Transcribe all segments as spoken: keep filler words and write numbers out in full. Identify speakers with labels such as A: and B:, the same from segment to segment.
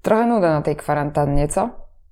A: Trochę nuda na tej kwarantannie, co?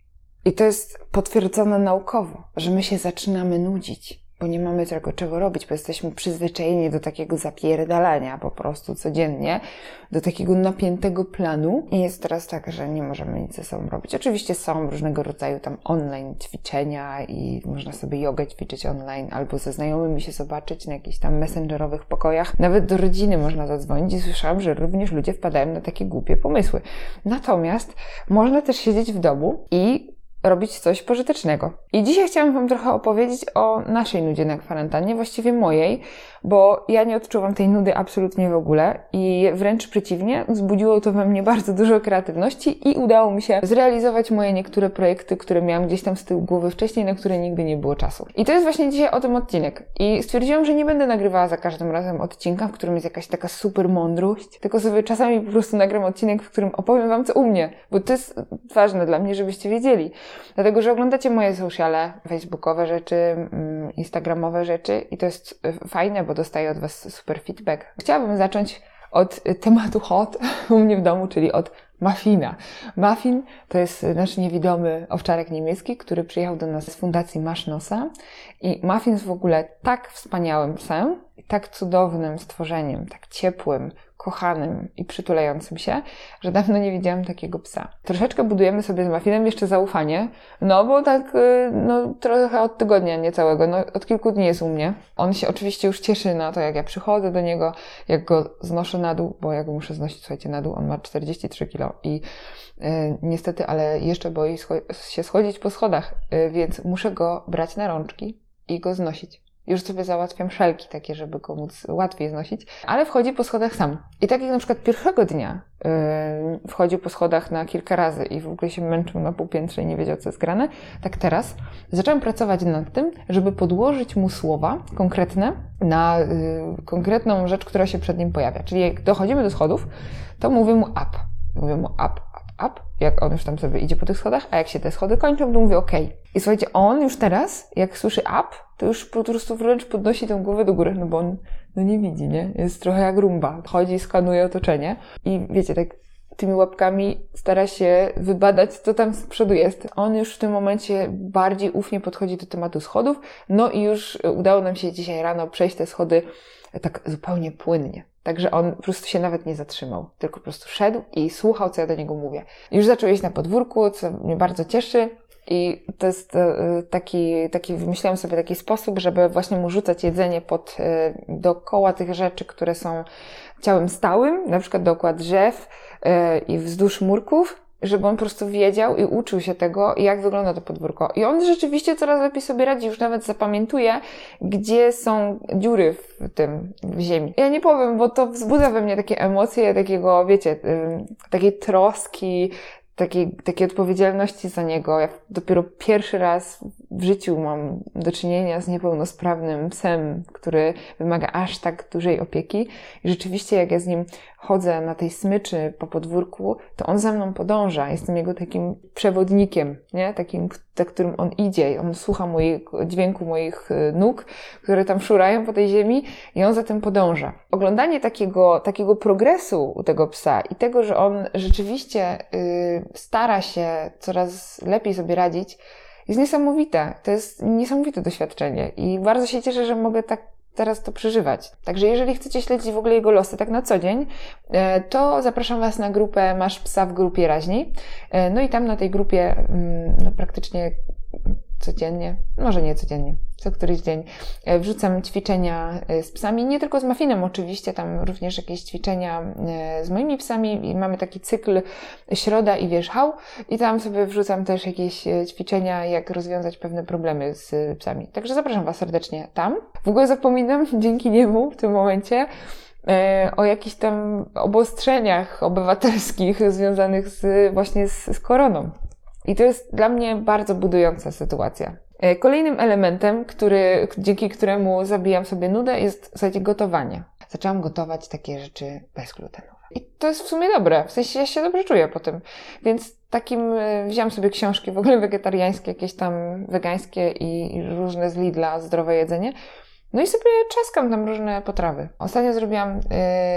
A: I to jest potwierdzone naukowo, że my się zaczynamy nudzić, bo nie mamy tego czego robić, bo jesteśmy przyzwyczajeni do takiego zapierdalania po prostu codziennie, do takiego napiętego planu i jest teraz tak, że nie możemy nic ze sobą robić. Oczywiście są różnego rodzaju tam online ćwiczenia i można sobie jogę ćwiczyć online albo ze znajomymi się zobaczyć na jakichś tam messengerowych pokojach. Nawet do rodziny można zadzwonić i słyszałam, że również ludzie wpadają na takie głupie pomysły. Natomiast można też siedzieć w domu i robić coś pożytecznego. I dzisiaj chciałam Wam trochę opowiedzieć o naszej nudzie na kwarantannie, właściwie mojej, bo ja nie odczuwam tej nudy absolutnie w ogóle i wręcz przeciwnie, wzbudziło to we mnie bardzo dużo kreatywności i udało mi się zrealizować moje niektóre projekty, które miałam gdzieś tam z tyłu głowy wcześniej, na które nigdy nie było czasu. I to jest właśnie dzisiaj o tym odcinek. I stwierdziłam, że nie będę nagrywała za każdym razem odcinka, w którym jest jakaś taka super mądrość, tylko sobie czasami po prostu nagram odcinek, w którym opowiem Wam co u mnie, bo to jest ważne dla mnie, żebyście wiedzieli. Dlatego, że oglądacie moje sociale, facebookowe rzeczy, instagramowe rzeczy i to jest fajne, bo dostaję od Was super feedback. Chciałabym zacząć od tematu hot u mnie w domu, czyli od Muffina. Muffin to jest nasz niewidomy owczarek niemiecki, który przyjechał do nas z fundacji Masz Nosa i Muffin jest w ogóle tak wspaniałym psem i tak cudownym stworzeniem, tak ciepłym, kochanym i przytulającym się, że dawno nie widziałam takiego psa. Troszeczkę budujemy sobie z Muffinem jeszcze zaufanie, no bo tak, no trochę od tygodnia niecałego, no od kilku dni jest u mnie. On się oczywiście już cieszy na to, jak ja przychodzę do niego, jak go znoszę na dół, bo ja go muszę znosić, słuchajcie, na dół, on ma czterdzieści trzy kilo i yy, niestety, ale jeszcze boi scho- się schodzić po schodach, yy, więc muszę go brać na rączki i go znosić. Już sobie załatwiam szelki takie, żeby go móc łatwiej znosić, ale wchodzi po schodach sam. I tak jak na przykład pierwszego dnia yy, wchodził po schodach na kilka razy i w ogóle się męczył na półpiętrze i nie wiedział, co jest grane, tak teraz zaczęłam pracować nad tym, żeby podłożyć mu słowa konkretne na yy, konkretną rzecz, która się przed nim pojawia. Czyli jak dochodzimy do schodów, to mówię mu up. Mówię mu up, up, up, jak on już tam sobie idzie po tych schodach, a jak się te schody kończą, to mówię okej. Okay. I słuchajcie, on już teraz, jak słyszy up, to już po prostu wręcz podnosi tę głowę do góry, no bo on no nie widzi, nie? Jest trochę jak rumba. Chodzi, skanuje otoczenie i wiecie, tak tymi łapkami stara się wybadać, co tam z przodu jest. On już w tym momencie bardziej ufnie podchodzi do tematu schodów, no i już udało nam się dzisiaj rano przejść te schody tak zupełnie płynnie. Także on po prostu się nawet nie zatrzymał, tylko po prostu szedł i słuchał, co ja do niego mówię. Już zaczął jeść na podwórku, co mnie bardzo cieszy. I to jest taki, taki, wymyślałam sobie taki sposób, żeby właśnie mu rzucać jedzenie pod, dookoła tych rzeczy, które są ciałem stałym, na przykład dookoła drzew i wzdłuż murków, żeby on po prostu wiedział i uczył się tego, jak wygląda to podwórko. I on rzeczywiście coraz lepiej sobie radzi, już nawet zapamiętuje, gdzie są dziury w tym, w ziemi. Ja nie powiem, bo to wzbudza we mnie takie emocje takiego, wiecie, takiej troski, Takiej, takiej odpowiedzialności za niego. Ja dopiero pierwszy raz w życiu mam do czynienia z niepełnosprawnym psem, który wymaga aż tak dużej opieki. I rzeczywiście jak ja z nim chodzę na tej smyczy po podwórku, to on za mną podąża. Jestem jego takim przewodnikiem, nie? Takim, za którym on idzie. On słucha mojego, dźwięku moich nóg, które tam szurają po tej ziemi i on za tym podąża. Oglądanie takiego, takiego progresu u tego psa i tego, że on rzeczywiście yy, stara się coraz lepiej sobie radzić, jest niesamowite. To jest niesamowite doświadczenie i bardzo się cieszę, że mogę tak teraz to przeżywać. Także jeżeli chcecie śledzić w ogóle jego losy tak na co dzień, to zapraszam Was na grupę Masz Psa w grupie Raźni. No i tam na tej grupie no, praktycznie codziennie, może nie codziennie, co któryś dzień wrzucam ćwiczenia z psami, nie tylko z Muffinem oczywiście, tam również jakieś ćwiczenia z moimi psami i mamy taki cykl środa i wierzchał i tam sobie wrzucam też jakieś ćwiczenia, jak rozwiązać pewne problemy z psami. Także zapraszam Was serdecznie tam. W ogóle zapominam dzięki niemu w tym momencie o jakichś tam obostrzeniach obywatelskich związanych z, właśnie z, z koroną. I to jest dla mnie bardzo budująca sytuacja. Kolejnym elementem, który, dzięki któremu zabijam sobie nudę, jest, słuchajcie, gotowanie. Zaczęłam gotować takie rzeczy bezglutenowe. I to jest w sumie dobre, w sensie ja się dobrze czuję po tym. Więc takim, wziąłam sobie książki w ogóle wegetariańskie, jakieś tam wegańskie i, i różne z Lidla, zdrowe jedzenie. No i sobie czaskam tam różne potrawy. Ostatnio zrobiłam yy,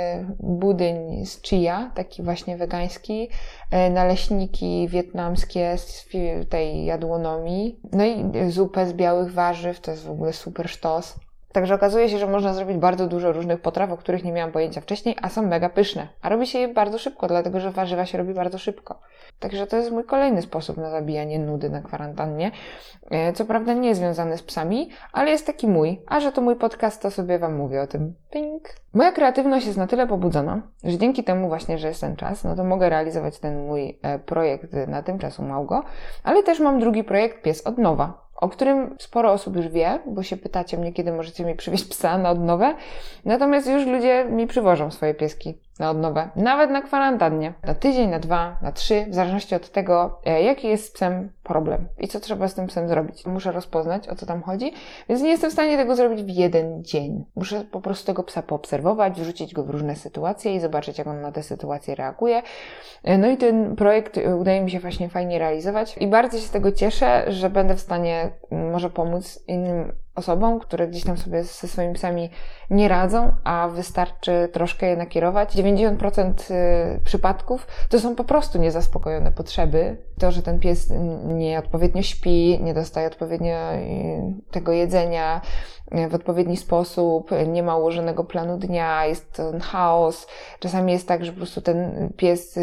A: budyń z chia, taki właśnie wegański, yy, naleśniki wietnamskie z tej jadłonomii, no i zupę z białych warzyw, to jest w ogóle super sztos. Także okazuje się, że można zrobić bardzo dużo różnych potraw, o których nie miałam pojęcia wcześniej, a są mega pyszne. A robi się je bardzo szybko, dlatego że warzywa się robi bardzo szybko. Także to jest mój kolejny sposób na zabijanie nudy na kwarantannie. Co prawda nie jest związany z psami, ale jest taki mój. A że to mój podcast, to sobie Wam mówię o tym. Ping! Moja kreatywność jest na tyle pobudzona, że dzięki temu właśnie, że jest ten czas, no to mogę realizować ten mój projekt na tymczasu Małgo, ale też mam drugi projekt Pies od nowa, o którym sporo osób już wie, bo się pytacie mnie, kiedy możecie mi przywieźć psa na odnowę. Natomiast już ludzie mi przywożą swoje pieski na odnowę, nawet na kwarantannie. Na tydzień, na dwa, na trzy, w zależności od tego, jaki jest z psem problem i co trzeba z tym psem zrobić. Muszę rozpoznać, o co tam chodzi, więc nie jestem w stanie tego zrobić w jeden dzień. Muszę po prostu tego psa poobserwować, wrzucić go w różne sytuacje i zobaczyć, jak on na te sytuacje reaguje. No i ten projekt udaje mi się właśnie fajnie realizować i bardzo się z tego cieszę, że będę w stanie może pomóc innym osobom, które gdzieś tam sobie ze swoimi psami nie radzą, a wystarczy troszkę je nakierować. dziewięćdziesiąt procent przypadków to są po prostu niezaspokojone potrzeby. To, że ten pies nieodpowiednio śpi, nie dostaje odpowiednio tego jedzenia w odpowiedni sposób, nie ma ułożonego planu dnia, jest ten chaos. Czasami jest tak, że po prostu ten pies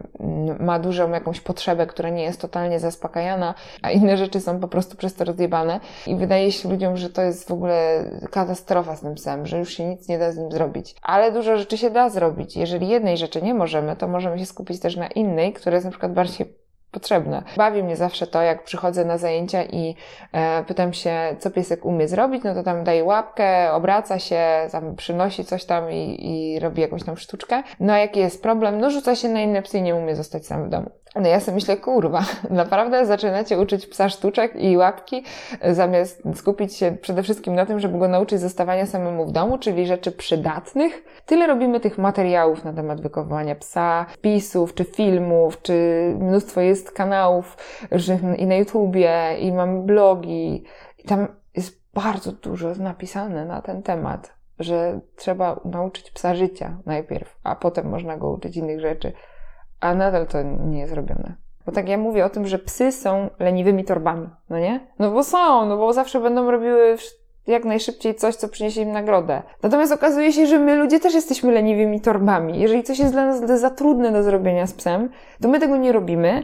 A: ma dużą jakąś potrzebę, która nie jest totalnie zaspokajana, a inne rzeczy są po prostu przez to rozjebane. I wydaje się ludziom, że to jest w ogóle katastrofa z tym psem, że już się nic nie da z nim zrobić. Ale dużo rzeczy się da zrobić. Jeżeli jednej rzeczy nie możemy, to możemy się skupić też na innej, która jest na przykład bardziej potrzebne. Bawi mnie zawsze to, jak przychodzę na zajęcia i e, pytam się, co piesek umie zrobić, no to tam daje łapkę, obraca się, tam przynosi coś tam i, i robi jakąś tam sztuczkę. No a jaki jest problem? No rzuca się na inne psy i nie umie zostać sam w domu. No ja sobie myślę, kurwa, naprawdę zaczynacie uczyć psa sztuczek i łapki, zamiast skupić się przede wszystkim na tym, żeby go nauczyć zostawania samemu w domu, czyli rzeczy przydatnych. Tyle robimy tych materiałów na temat wychowywania psa, wpisów, czy filmów, czy mnóstwo jest kanałów różnych i na YouTubie, i mam blogi. I tam jest bardzo dużo napisane na ten temat, że trzeba nauczyć psa życia najpierw, a potem można go uczyć innych rzeczy. A nadal to nie jest robione. Bo tak ja mówię o tym, że psy są leniwymi torbami, no nie? No bo są, no bo zawsze będą robiły jak najszybciej coś, co przyniesie im nagrodę. Natomiast okazuje się, że my ludzie też jesteśmy leniwymi torbami. Jeżeli coś jest dla nas za trudne do zrobienia z psem, to my tego nie robimy.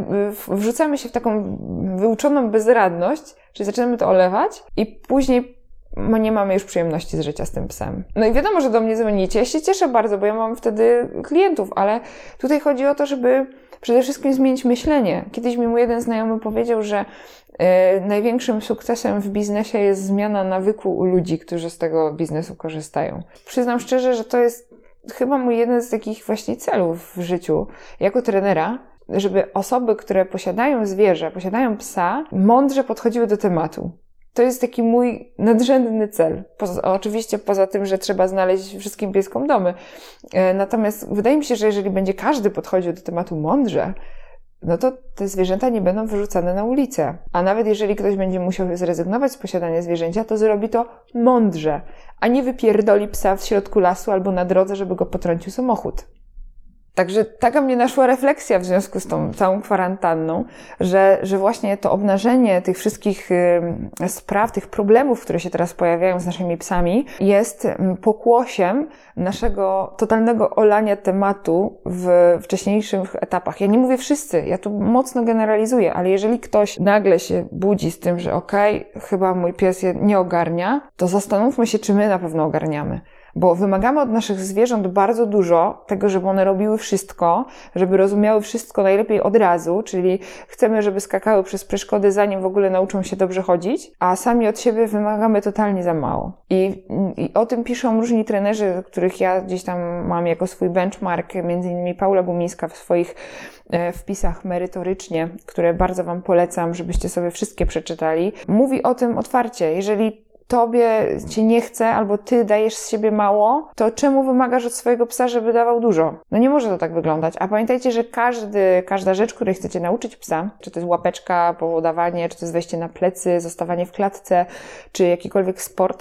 A: Wrzucamy się w taką wyuczoną bezradność, czyli zaczynamy to olewać i później nie mamy już przyjemności z życia z tym psem. No i wiadomo, że do mnie dzwonicie. Ja się cieszę bardzo, bo ja mam wtedy klientów, ale tutaj chodzi o to, żeby przede wszystkim zmienić myślenie. Kiedyś mi mój jeden znajomy powiedział, że yy, największym sukcesem w biznesie jest zmiana nawyku u ludzi, którzy z tego biznesu korzystają. Przyznam szczerze, że to jest chyba mój jeden z takich właśnie celów w życiu jako trenera, żeby osoby, które posiadają zwierzę, posiadają psa, mądrze podchodziły do tematu. To jest taki mój nadrzędny cel. Poza, oczywiście poza tym, że trzeba znaleźć wszystkim pieskom domy. E, natomiast wydaje mi się, że jeżeli będzie każdy podchodził do tematu mądrze, no to te zwierzęta nie będą wyrzucane na ulicę. A nawet jeżeli ktoś będzie musiał zrezygnować z posiadania zwierzęcia, to zrobi to mądrze, a nie wypierdoli psa w środku lasu albo na drodze, żeby go potrącił samochód. Także taka mnie naszła refleksja w związku z tą całą kwarantanną, że, że właśnie to obnażenie tych wszystkich y, spraw, tych problemów, które się teraz pojawiają z naszymi psami, jest pokłosiem naszego totalnego olania tematu w wcześniejszych etapach. Ja nie mówię wszyscy, ja tu mocno generalizuję, ale jeżeli ktoś nagle się budzi z tym, że okej, okay, chyba mój pies je nie ogarnia, to zastanówmy się, czy my na pewno ogarniamy. Bo wymagamy od naszych zwierząt bardzo dużo tego, żeby one robiły wszystko, żeby rozumiały wszystko najlepiej od razu, czyli chcemy, żeby skakały przez przeszkody, zanim w ogóle nauczą się dobrze chodzić, a sami od siebie wymagamy totalnie za mało. I, i o tym piszą różni trenerzy, których ja gdzieś tam mam jako swój benchmark, między innymi Paula Gumińska w swoich e, wpisach merytorycznie, które bardzo Wam polecam, żebyście sobie wszystkie przeczytali. Mówi o tym otwarcie, jeżeli tobie cię nie chce, albo ty dajesz z siebie mało, to czemu wymagasz od swojego psa, żeby dawał dużo? No nie może to tak wyglądać. A pamiętajcie, że każdy, każda rzecz, której chcecie nauczyć psa, czy to jest łapeczka, powodowanie, czy to jest wejście na plecy, zostawanie w klatce, czy jakikolwiek sport,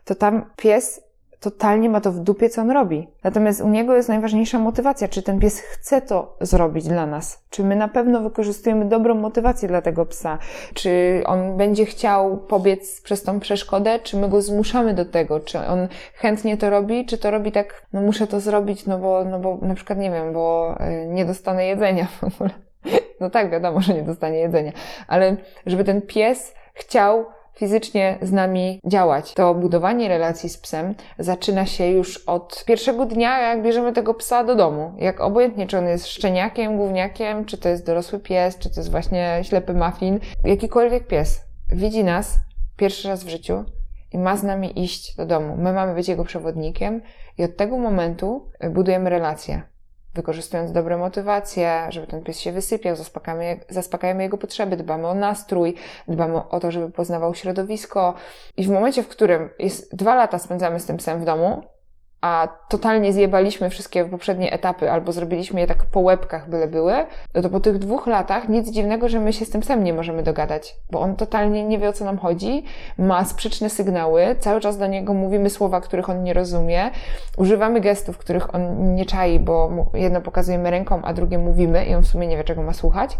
A: to tam pies totalnie ma to w dupie, co on robi. Natomiast u niego jest najważniejsza motywacja, czy ten pies chce to zrobić dla nas, czy my na pewno wykorzystujemy dobrą motywację dla tego psa, czy on będzie chciał pobiec przez tą przeszkodę, czy my go zmuszamy do tego, czy on chętnie to robi, czy to robi tak, no muszę to zrobić, no bo, no bo na przykład, nie wiem, bo nie dostanę jedzenia w ogóle. No tak, wiadomo, że nie dostanie jedzenia, ale żeby ten pies chciał fizycznie z nami działać. To budowanie relacji z psem zaczyna się już od pierwszego dnia, jak bierzemy tego psa do domu. Jak obojętnie, czy on jest szczeniakiem, gówniakiem, czy to jest dorosły pies, czy to jest właśnie ślepy muffin. Jakikolwiek pies widzi nas pierwszy raz w życiu i ma z nami iść do domu. My mamy być jego przewodnikiem i od tego momentu budujemy relacje. Wykorzystując dobre motywacje, żeby ten pies się wysypiał, zaspokajamy, zaspokajamy jego potrzeby, dbamy o nastrój, dbamy o to, żeby poznawał środowisko. I w momencie, w którym jest dwa lata spędzamy z tym psem w domu, a totalnie zjebaliśmy wszystkie poprzednie etapy albo zrobiliśmy je tak po łebkach, byle były, no to po tych dwóch latach nic dziwnego, że my się z tym psem nie możemy dogadać, bo on totalnie nie wie, o co nam chodzi, ma sprzeczne sygnały, cały czas do niego mówimy słowa, których on nie rozumie, używamy gestów, których on nie czai, bo jedno pokazujemy ręką, a drugie mówimy i on w sumie nie wie, czego ma słuchać.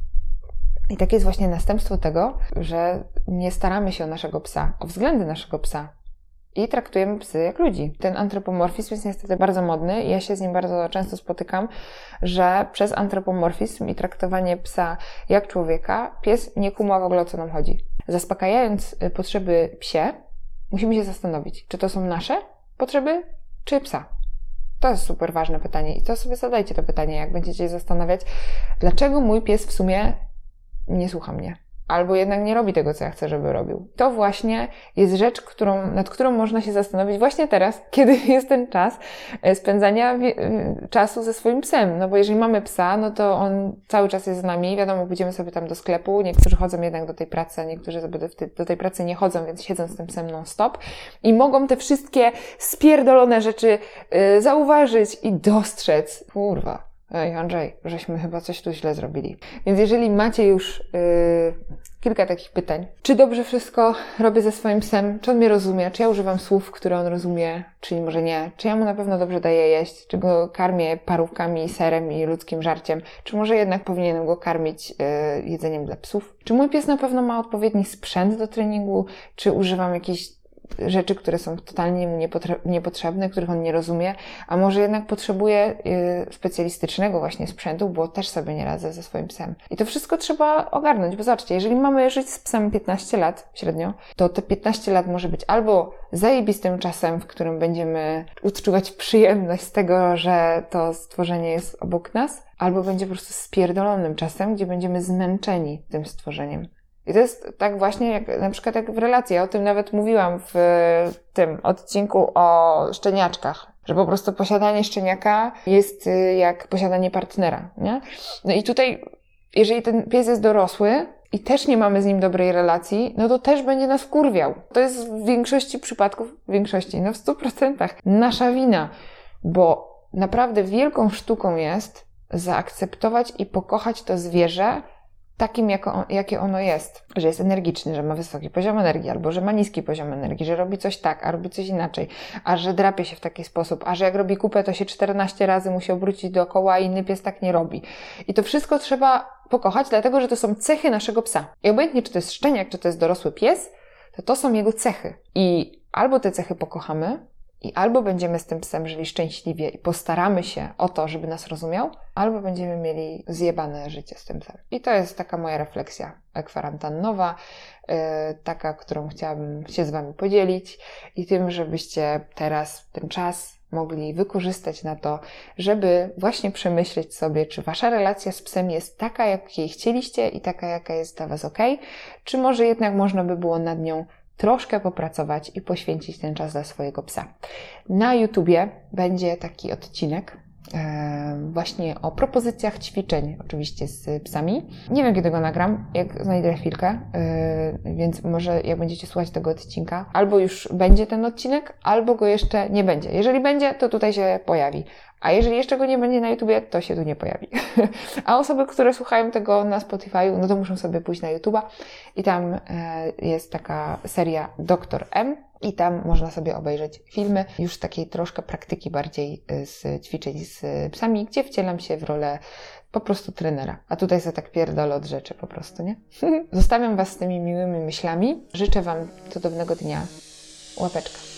A: I takie jest właśnie następstwo tego, że nie staramy się o naszego psa, o względy naszego psa. I traktujemy psy jak ludzi. Ten antropomorfizm jest niestety bardzo modny i ja się z nim bardzo często spotykam, że przez antropomorfizm i traktowanie psa jak człowieka, pies nie kuma w ogóle, o co nam chodzi. Zaspokajając potrzeby psie, musimy się zastanowić, czy to są nasze potrzeby, czy psa. To jest super ważne pytanie i to sobie zadajcie to pytanie, jak będziecie się zastanawiać, dlaczego mój pies w sumie nie słucha mnie. Albo jednak nie robi tego, co ja chcę, żeby robił. To właśnie jest rzecz, którą, nad którą można się zastanowić właśnie teraz, kiedy jest ten czas spędzania czasu ze swoim psem. No bo jeżeli mamy psa, no to on cały czas jest z nami. Wiadomo, pójdziemy sobie tam do sklepu. Niektórzy chodzą jednak do tej pracy, a niektórzy sobie do, do tej pracy nie chodzą, więc siedzą z tym psem non-stop. I mogą te wszystkie spierdolone rzeczy yy, zauważyć i dostrzec. Kurwa. Ej, Andrzej, żeśmy chyba coś tu źle zrobili. Więc jeżeli macie już yy, kilka takich pytań, czy dobrze wszystko robię ze swoim psem, czy on mnie rozumie, czy ja używam słów, które on rozumie, czy może nie, czy ja mu na pewno dobrze daję jeść, czy go karmię parówkami, serem i ludzkim żarciem, czy może jednak powinienem go karmić yy, jedzeniem dla psów, czy mój pies na pewno ma odpowiedni sprzęt do treningu, czy używam jakichś rzeczy, które są totalnie mu niepotrzebne, których on nie rozumie, a może jednak potrzebuje yy, specjalistycznego właśnie sprzętu, bo też sobie nie radzę ze swoim psem. I to wszystko trzeba ogarnąć, bo zobaczcie, jeżeli mamy żyć z psem piętnaście lat średnio, to te piętnaście lat może być albo zajebistym czasem, w którym będziemy odczuwać przyjemność z tego, że to stworzenie jest obok nas, albo będzie po prostu spierdolonym czasem, gdzie będziemy zmęczeni tym stworzeniem. I to jest tak właśnie, jak na przykład jak w relacji. Ja o tym nawet mówiłam w tym odcinku o szczeniaczkach, że po prostu posiadanie szczeniaka jest jak posiadanie partnera, nie? No i tutaj, jeżeli ten pies jest dorosły i też nie mamy z nim dobrej relacji, no to też będzie nas wkurwiał. To jest w większości przypadków, w większości, no w stu procentach nasza wina, bo naprawdę wielką sztuką jest zaakceptować i pokochać to zwierzę takim, jako, jakie ono jest. Że jest energiczny, że ma wysoki poziom energii, albo że ma niski poziom energii, że robi coś tak, a robi coś inaczej, a że drapie się w taki sposób, a że jak robi kupę, to się czternaście razy musi obrócić dookoła, a inny pies tak nie robi. I to wszystko trzeba pokochać, dlatego, że to są cechy naszego psa. I obojętnie, czy to jest szczeniak, czy to jest dorosły pies, to to są jego cechy. I albo te cechy pokochamy, i albo będziemy z tym psem żyli szczęśliwie i postaramy się o to, żeby nas rozumiał, albo będziemy mieli zjebane życie z tym psem. I to jest taka moja refleksja kwarantannowa, yy, taka, którą chciałabym się z Wami podzielić i tym, żebyście teraz ten czas mogli wykorzystać na to, żeby właśnie przemyśleć sobie, czy Wasza relacja z psem jest taka, jakiej chcieliście i taka, jaka jest dla Was okej, czy może jednak można by było nad nią troszkę popracować i poświęcić ten czas dla swojego psa. Na YouTubie będzie taki odcinek e, właśnie o propozycjach ćwiczeń, oczywiście z psami. Nie wiem, kiedy go nagram, jak znajdę chwilkę, e, więc może jak będziecie słuchać tego odcinka, albo już będzie ten odcinek, albo go jeszcze nie będzie. Jeżeli będzie, to tutaj się pojawi. A jeżeli jeszcze go nie będzie na YouTubie, to się tu nie pojawi. A osoby, które słuchają tego na Spotify'u, no to muszą sobie pójść na YouTube'a i tam e, jest taka seria doktor M i tam można sobie obejrzeć filmy już takiej troszkę praktyki bardziej z ćwiczeń z psami, gdzie wcielam się w rolę po prostu trenera. A tutaj sobie tak pierdolę od rzeczy po prostu, nie? Zostawiam Was z tymi miłymi myślami. Życzę Wam cudownego dnia. Łapeczka.